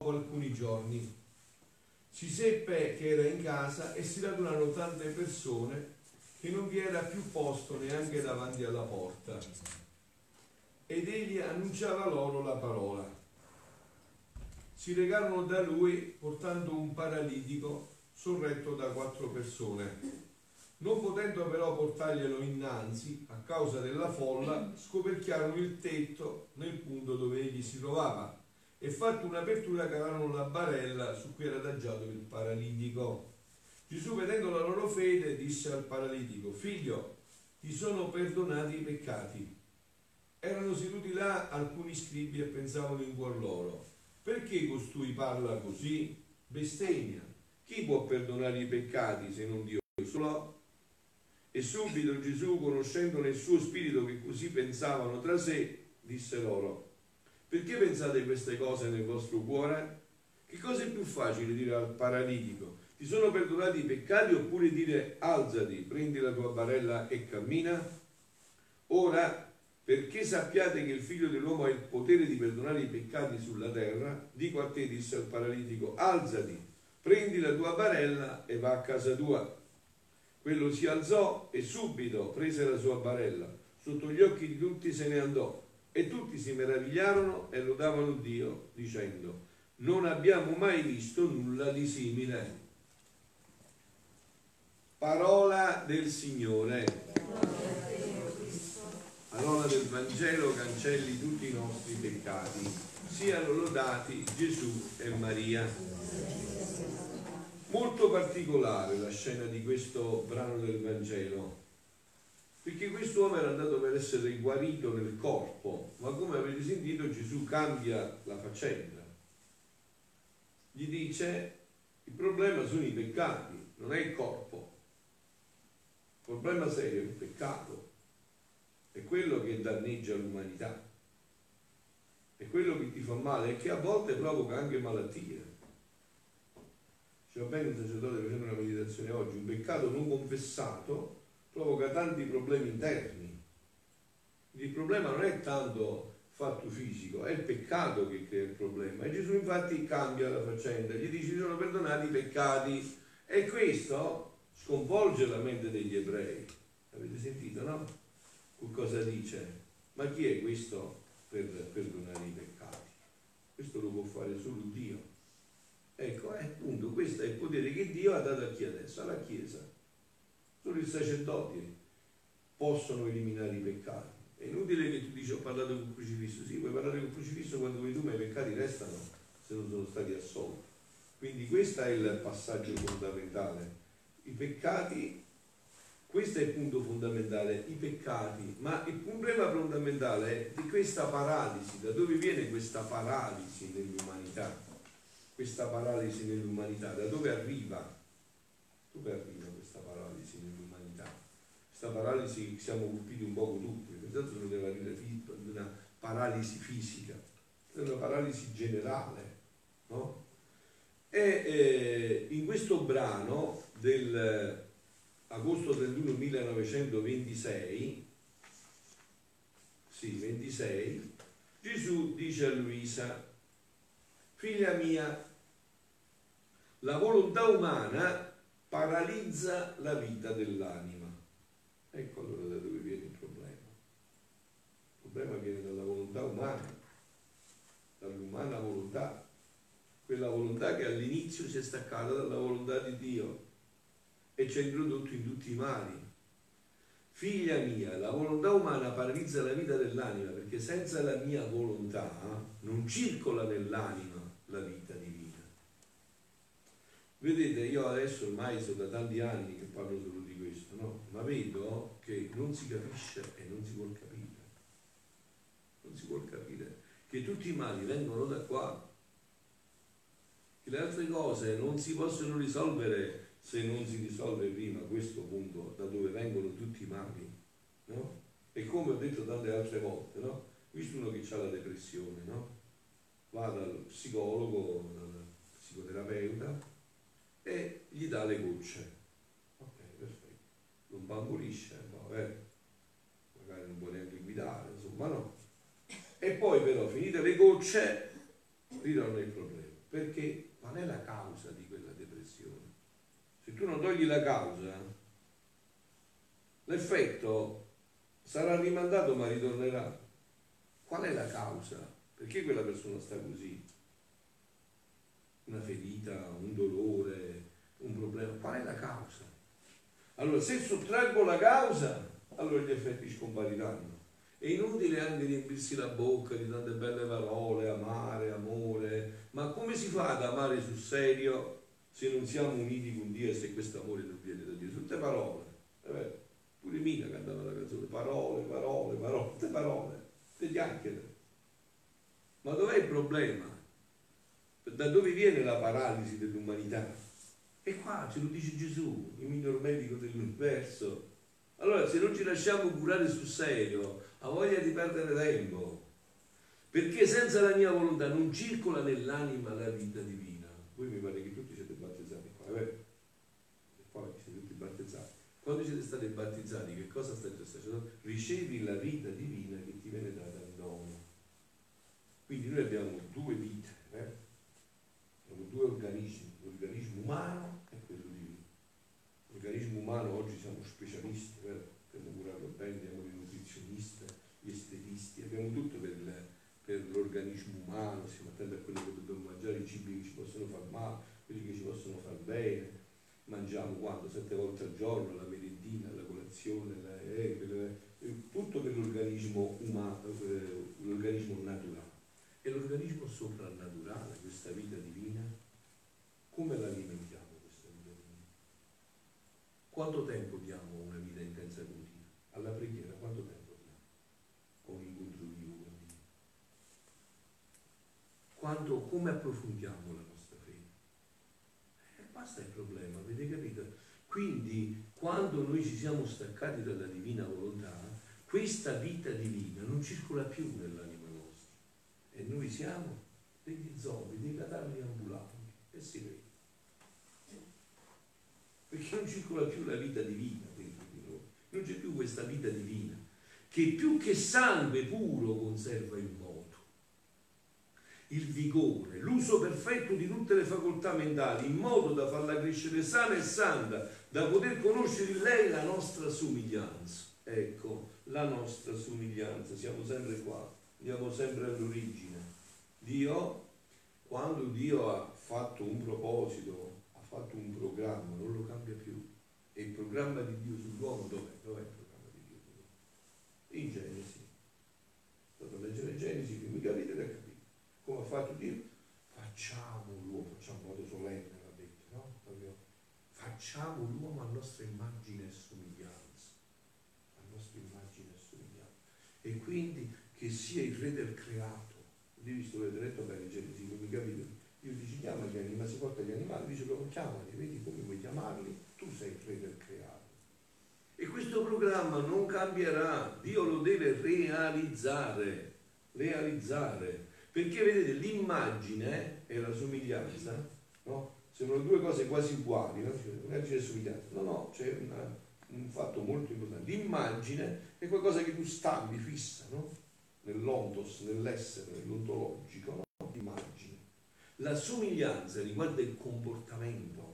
dopo alcuni giorni si seppe che era in casa e si radunarono tante persone che non vi era più posto neanche davanti alla porta. Ed egli annunciava loro la parola. Si recarono da lui portando un paralitico sorretto da 4 persone. Non potendo però portarglielo innanzi, a causa della folla, scoperchiarono il tetto nel punto dove egli si trovava e fatta un'apertura cavarono la barella su cui era adagiato il paralitico. Gesù, vedendo la loro fede, disse al paralitico: figlio, ti sono perdonati i peccati. Erano seduti là alcuni scribi e pensavano in cuor loro: perché costui parla così? Bestemmia. Chi può perdonare i peccati se non Dio solo? E subito Gesù, conoscendo nel suo spirito che così pensavano tra sé, disse loro: perché pensate queste cose nel vostro cuore? Che cosa è più facile dire al paralitico: ti sono perdonati i peccati, oppure dire: alzati, prendi la tua barella e cammina? Ora, perché sappiate che il figlio dell'uomo ha il potere di perdonare i peccati sulla terra, dico a te, disse al paralitico: alzati, prendi la tua barella e va a casa tua. Quello si alzò e subito prese la sua barella. Sotto gli occhi di tutti se ne andò, e tutti si meravigliarono e lodavano Dio, dicendo: non abbiamo mai visto nulla di simile. Parola del Signore. Parola del Vangelo cancelli tutti i nostri peccati. Siano lodati Gesù e Maria. Molto particolare la scena di questo brano del Vangelo, perché quest'uomo era andato per essere guarito nel corpo, ma come avete sentito Gesù cambia la faccenda. Gli dice: il problema sono i peccati, non è il corpo. Il problema serio è il peccato, è quello che danneggia l'umanità, è quello che ti fa male e che a volte provoca anche malattie. Diceva bene un sacerdote facendo una meditazione oggi: un peccato non confessato provoca tanti problemi interni. Il problema non è tanto fatto fisico, è il peccato che crea il problema. E Gesù infatti cambia la faccenda, gli dice: ci sono perdonati i peccati. E questo sconvolge la mente degli ebrei. Avete sentito, no? Cosa dice? Ma chi è questo per perdonare i peccati? Questo lo può fare solo Dio. Ecco, appunto, questo è il potere che Dio ha dato a chi adesso? Alla Chiesa. Solo i sacerdoti possono eliminare i peccati. È inutile che tu dici: ho parlato con il crocifisso. Sì, puoi parlare con il crocifisso quando vuoi tu, ma i peccati restano se non sono stati assolti. Quindi questo è il passaggio fondamentale. I peccati, questo è il punto fondamentale, i peccati. Ma il problema fondamentale è di questa paralisi. Da dove viene questa paralisi nell'umanità? Questa paralisi nell'umanità, da dove arriva? Dove arriva questa paralisi nell'umanità? Questa paralisi siamo colpiti un poco tutti, pensate non deve arrivare di una paralisi fisica, è una paralisi generale, no? E in questo brano del agosto 31 1926, sì, 26, Gesù dice a Luisa: figlia mia, la volontà umana paralizza la vita dell'anima. Ecco allora da dove viene il problema. Il problema viene dalla volontà umana, dall'umana volontà, quella volontà che all'inizio si è staccata dalla volontà di Dio e ci ha introdotto in tutti i mali. Figlia mia, la volontà umana paralizza la vita dell'anima, perché senza la mia volontà non circola nell'anima la vita divina. Vedete, io adesso ormai sono da tanti anni che parlo solo di questo, no? Ma vedo che non si capisce e non si vuol capire. Non si vuol capire che tutti i mali vengono da qua, che le altre cose non si possono risolvere se non si risolve prima questo punto, da dove vengono tutti i mali, no? E come ho detto tante altre volte, no? Visto uno che ha la depressione, no? Va dal psicologo, dal psicoterapeuta e gli dà le gocce. Ok, perfetto. Non bambolisce, magari non può neanche guidare, insomma, no. E poi però, finite le gocce, ritorna il problema. Perché qual è la causa di quella depressione? Se tu non togli la causa, l'effetto sarà rimandato ma ritornerà. Qual è la causa? Perché quella persona sta così? Una ferita, un dolore, un problema. Qual è la causa? Allora, se sottraggo la causa, allora gli effetti scompariranno. È inutile anche riempirsi la bocca di tante belle parole, amare, amore, ma come si fa ad amare sul serio se non siamo uniti con Dio e se questo amore non viene da Dio? Tutte parole, è vero? Pure Mina cantava la canzone, parole, parole, parole, tutte parole, tutte chiacchiere. Ma dov'è il problema? Da dove viene la paralisi dell'umanità? E qua ce lo dice Gesù, il miglior medico dell'universo. Allora, se non ci lasciamo curare sul serio, ha voglia di perdere tempo, perché senza la mia volontà non circola nell'anima la vita divina. Voi mi pare che tutti siete battezzati qua, è vero? E poi siete tutti battezzati. Quando siete stati battezzati, che cosa state facendo? Ricevi la vita divina che ti viene data in dono. Quindi noi abbiamo due vite, abbiamo due organismi, l'organismo umano e quello divino. L'organismo umano oggi siamo specialisti, dobbiamo curarlo bene, abbiamo i nutrizionisti, gli estetisti, abbiamo tutto per l'organismo umano, siamo attenti a quello che dobbiamo mangiare, i cibi che ci possono far male, quelli che ci possono far bene. Mangiamo quando? 7 volte al giorno, la merendina, la colazione, tutto per l'organismo umano, l'organismo naturale. E l'organismo soprannaturale, questa vita divina, come l'alimentiamo questa vita divina? Quanto tempo diamo a una vita intensa continua? Alla preghiera quanto tempo diamo? A un incontro vivo con Dio? Come approfondiamo la nostra fede? Basta il problema, avete capito? Quindi quando noi ci siamo staccati dalla divina volontà, questa vita divina non circola più nell'anima nostra e noi siamo degli zombie, dei cadaveri ambulanti, e si vede. Perché non circola più la vita divina dentro di noi, non c'è più questa vita divina che più che sangue puro conserva il moto, il vigore, l'uso perfetto di tutte le facoltà mentali in modo da farla crescere sana e santa, da poter conoscere in lei la nostra somiglianza. Ecco, la nostra somiglianza, siamo sempre qua, andiamo sempre all'origine. Quando Dio ha fatto un proposito, ha fatto un programma, non lo cambia più. E il programma di Dio sull'uomo dov'è? Dov'è il programma di Dio sull'uomo? In Genesi. State a leggere Genesi, che mi capite da capire. Come ha fatto Dio? Facciamo l'uomo, facciamo in modo solenne, l'ha detto, no? Facciamo l'uomo a nostra immagine e somiglianza. A nostra immagine e somiglianza. E quindi che sia il re del creato. Io visto, avete letto bene Genesi, mi capite? Io dice chiama gli animali, si porta gli animali, dice loro chiamali, vedi come vuoi chiamarli? Tu sei il re del creato. E questo programma non cambierà, Dio lo deve realizzare. Perché vedete, l'immagine e la somiglianza, no? Sembrano due cose quasi uguali, no? Immagine e somiglianza. No, c'è un fatto molto importante. L'immagine è qualcosa che tu stampi, fissa, no? Nell'ontos, nell'essere, nell'ontologico, no? L'immagine. La somiglianza riguarda il comportamento.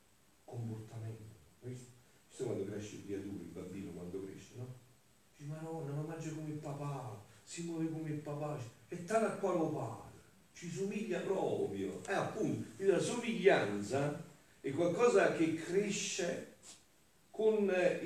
Visto quando cresce il creatura, il bambino quando cresce, no? Dice, ma nonna, ma mangia come il papà, si muove come il papà, e tale a quale padre, ci somiglia proprio. Appunto, la somiglianza è qualcosa che cresce con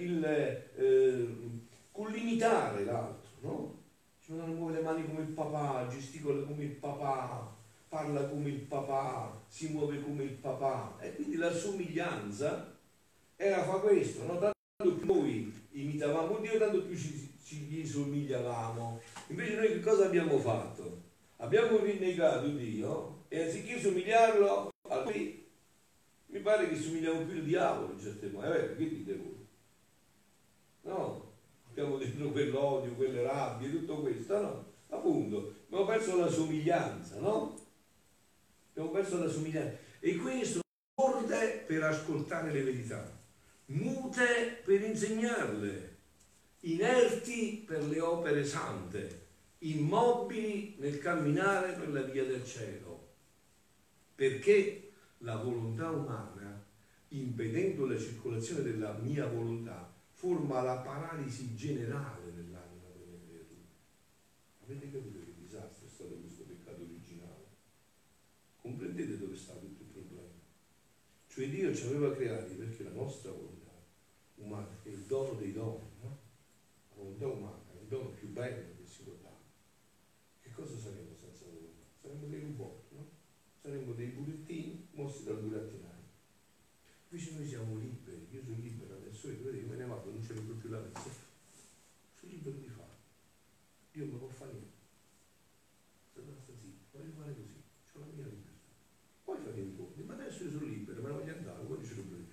l'imitare l'altro, no? Ci non muove le mani come il papà, gesticola come il papà, parla come il papà, si muove come il papà. E quindi la somiglianza fa questo, no? Tanto più noi imitavamo Dio, tanto più ci gli somigliavamo. Invece noi che cosa abbiamo fatto? Abbiamo rinnegato Dio e anziché somigliarlo a lui, mi pare che somigliamo più al diavolo in certe modo. È vero, che dite voi? No? Abbiamo dentro quell'odio, quelle rabbie, tutto questo, no? Appunto, abbiamo perso la somiglianza, no? Abbiamo perso la somiglianza. E questo sorde per ascoltare le verità, mute per insegnarle, inerti per le opere sante, immobili nel camminare per la via del cielo. perché la volontà umana, impedendo la circolazione della mia volontà, forma la paralisi generale nell'anima delle creature. Avete capito che disastro è stato questo peccato originale? Comprendete dove sta tutto il problema? Cioè Dio ci aveva creati perché la nostra volontà umana, che è il dono dei doni, no? La volontà umana è il dono più bello che si può dare. Che cosa saremmo senza volontà? Saremmo dei robot, no? Saremmo dei burattini mossi dal burattinaio. Invece noi siamo liberi, io sono libero adesso, vedete, io me ne vado, non ce l'ho più la mezza. Sono libero di fare. Dio non può fare niente. Se basta zitto, voglio fare così, ho la mia libertà. Poi fate i conti, ma adesso io sono libero, me ne voglio andare, poi non ce l'ho più.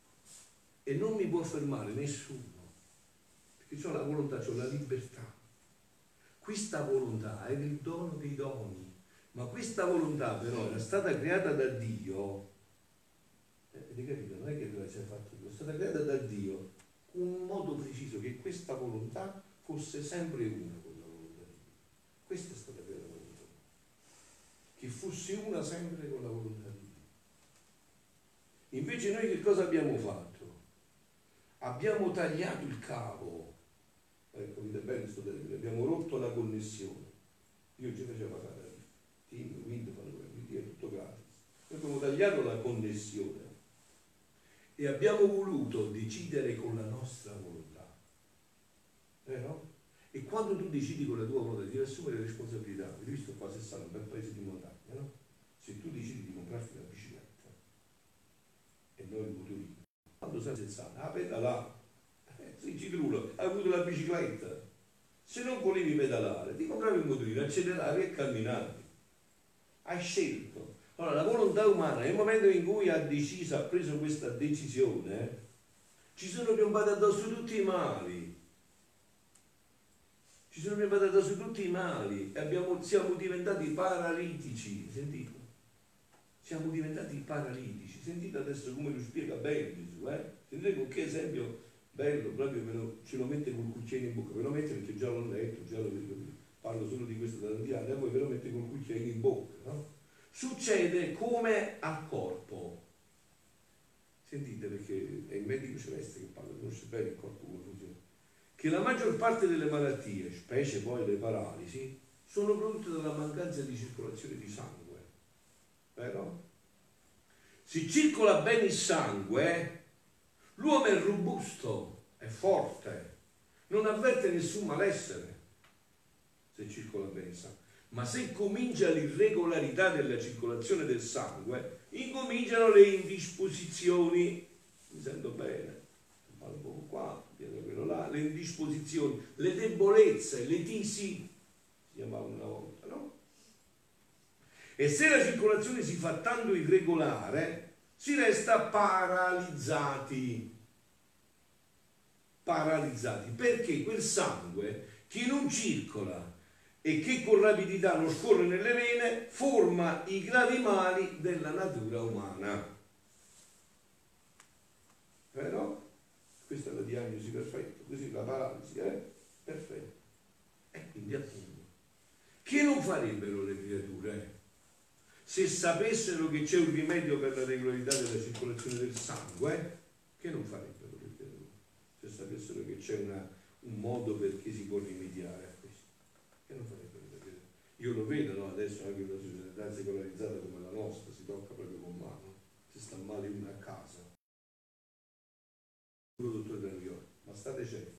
E non mi può fermare nessuno, perché ho la volontà, ho la libertà. Questa volontà è il dono dei doni, ma questa volontà però era stata creata da Dio, avete capito? Non è che tu l'hai fatto tu, è stata creata da Dio con un modo preciso, che questa volontà fosse sempre una con la volontà di Dio. Questa è stata creata la volontà, che fosse una sempre con la volontà di Dio. Invece noi che cosa abbiamo fatto? Abbiamo tagliato il cavo, capite bene questo termine, abbiamo rotto la connessione. Dio ci faceva fare Team, Wind, è tutto gratis. Noi abbiamo tagliato la connessione e abbiamo voluto decidere con la nostra volontà. No? E quando tu decidi con la tua volontà devi assumere responsabilità. Avete visto qua se stanno un bel paese di montagna, no? Se tu decidi di comprarti una bicicletta e non il motorino, quando sei senza la pedalare, sì, ci trulo, hai avuto la bicicletta, se non volevi pedalare ti compravi il motorino, acceleravi e camminavi, hai scelto. Allora la volontà umana nel momento in cui ha deciso, ha preso questa decisione, ci sono piombati addosso tutti i mali, ci sono piombati addosso tutti i mali e siamo diventati paralitici, sentite? Siamo diventati paralitici. Sentite adesso come lo spiega bene Gesù, Sentite con che esempio bello, proprio ce lo mette col cucchiaino in bocca, ve lo mette perché già l'ho letto, già l'ho capito, parlo solo di questo da tanti anni, e poi ve lo mette col cucchiaino in bocca, no? Succede come al corpo. Sentite, perché è il medico celeste che parla, conosce bene il corpo come funziona. Che la maggior parte delle malattie, specie poi le paralisi, sono prodotte dalla mancanza di circolazione di sangue. Vero? Se circola bene il sangue, l'uomo è robusto, è forte, non avverte nessun malessere se circola bene il sangue. Ma se comincia l'irregolarità della circolazione del sangue, incominciano le indisposizioni. Mi sento bene, parlo un po' qua, quello là, le indisposizioni, le debolezze, le tisi, si chiamavano una volta, no? E se la circolazione si fa tanto irregolare, si resta paralizzati. Paralizzati, perché quel sangue che non circola e che con rapidità non scorre nelle vene forma i gravi mali della natura umana. Però questa è la diagnosi perfetta, così la paralisi è perfetta. E quindi appunto, che non farebbero le creature se sapessero che c'è un rimedio per la regolarità della circolazione del sangue? Che non farebbero le creature se sapessero che c'è un modo perché si può rimediare a questo? Che non farebbero le creature? Io lo vedo, no? Adesso anche in una società secolarizzata come la nostra si tocca proprio con mano, se sta male una a casa, un dottore da New York, ma state certi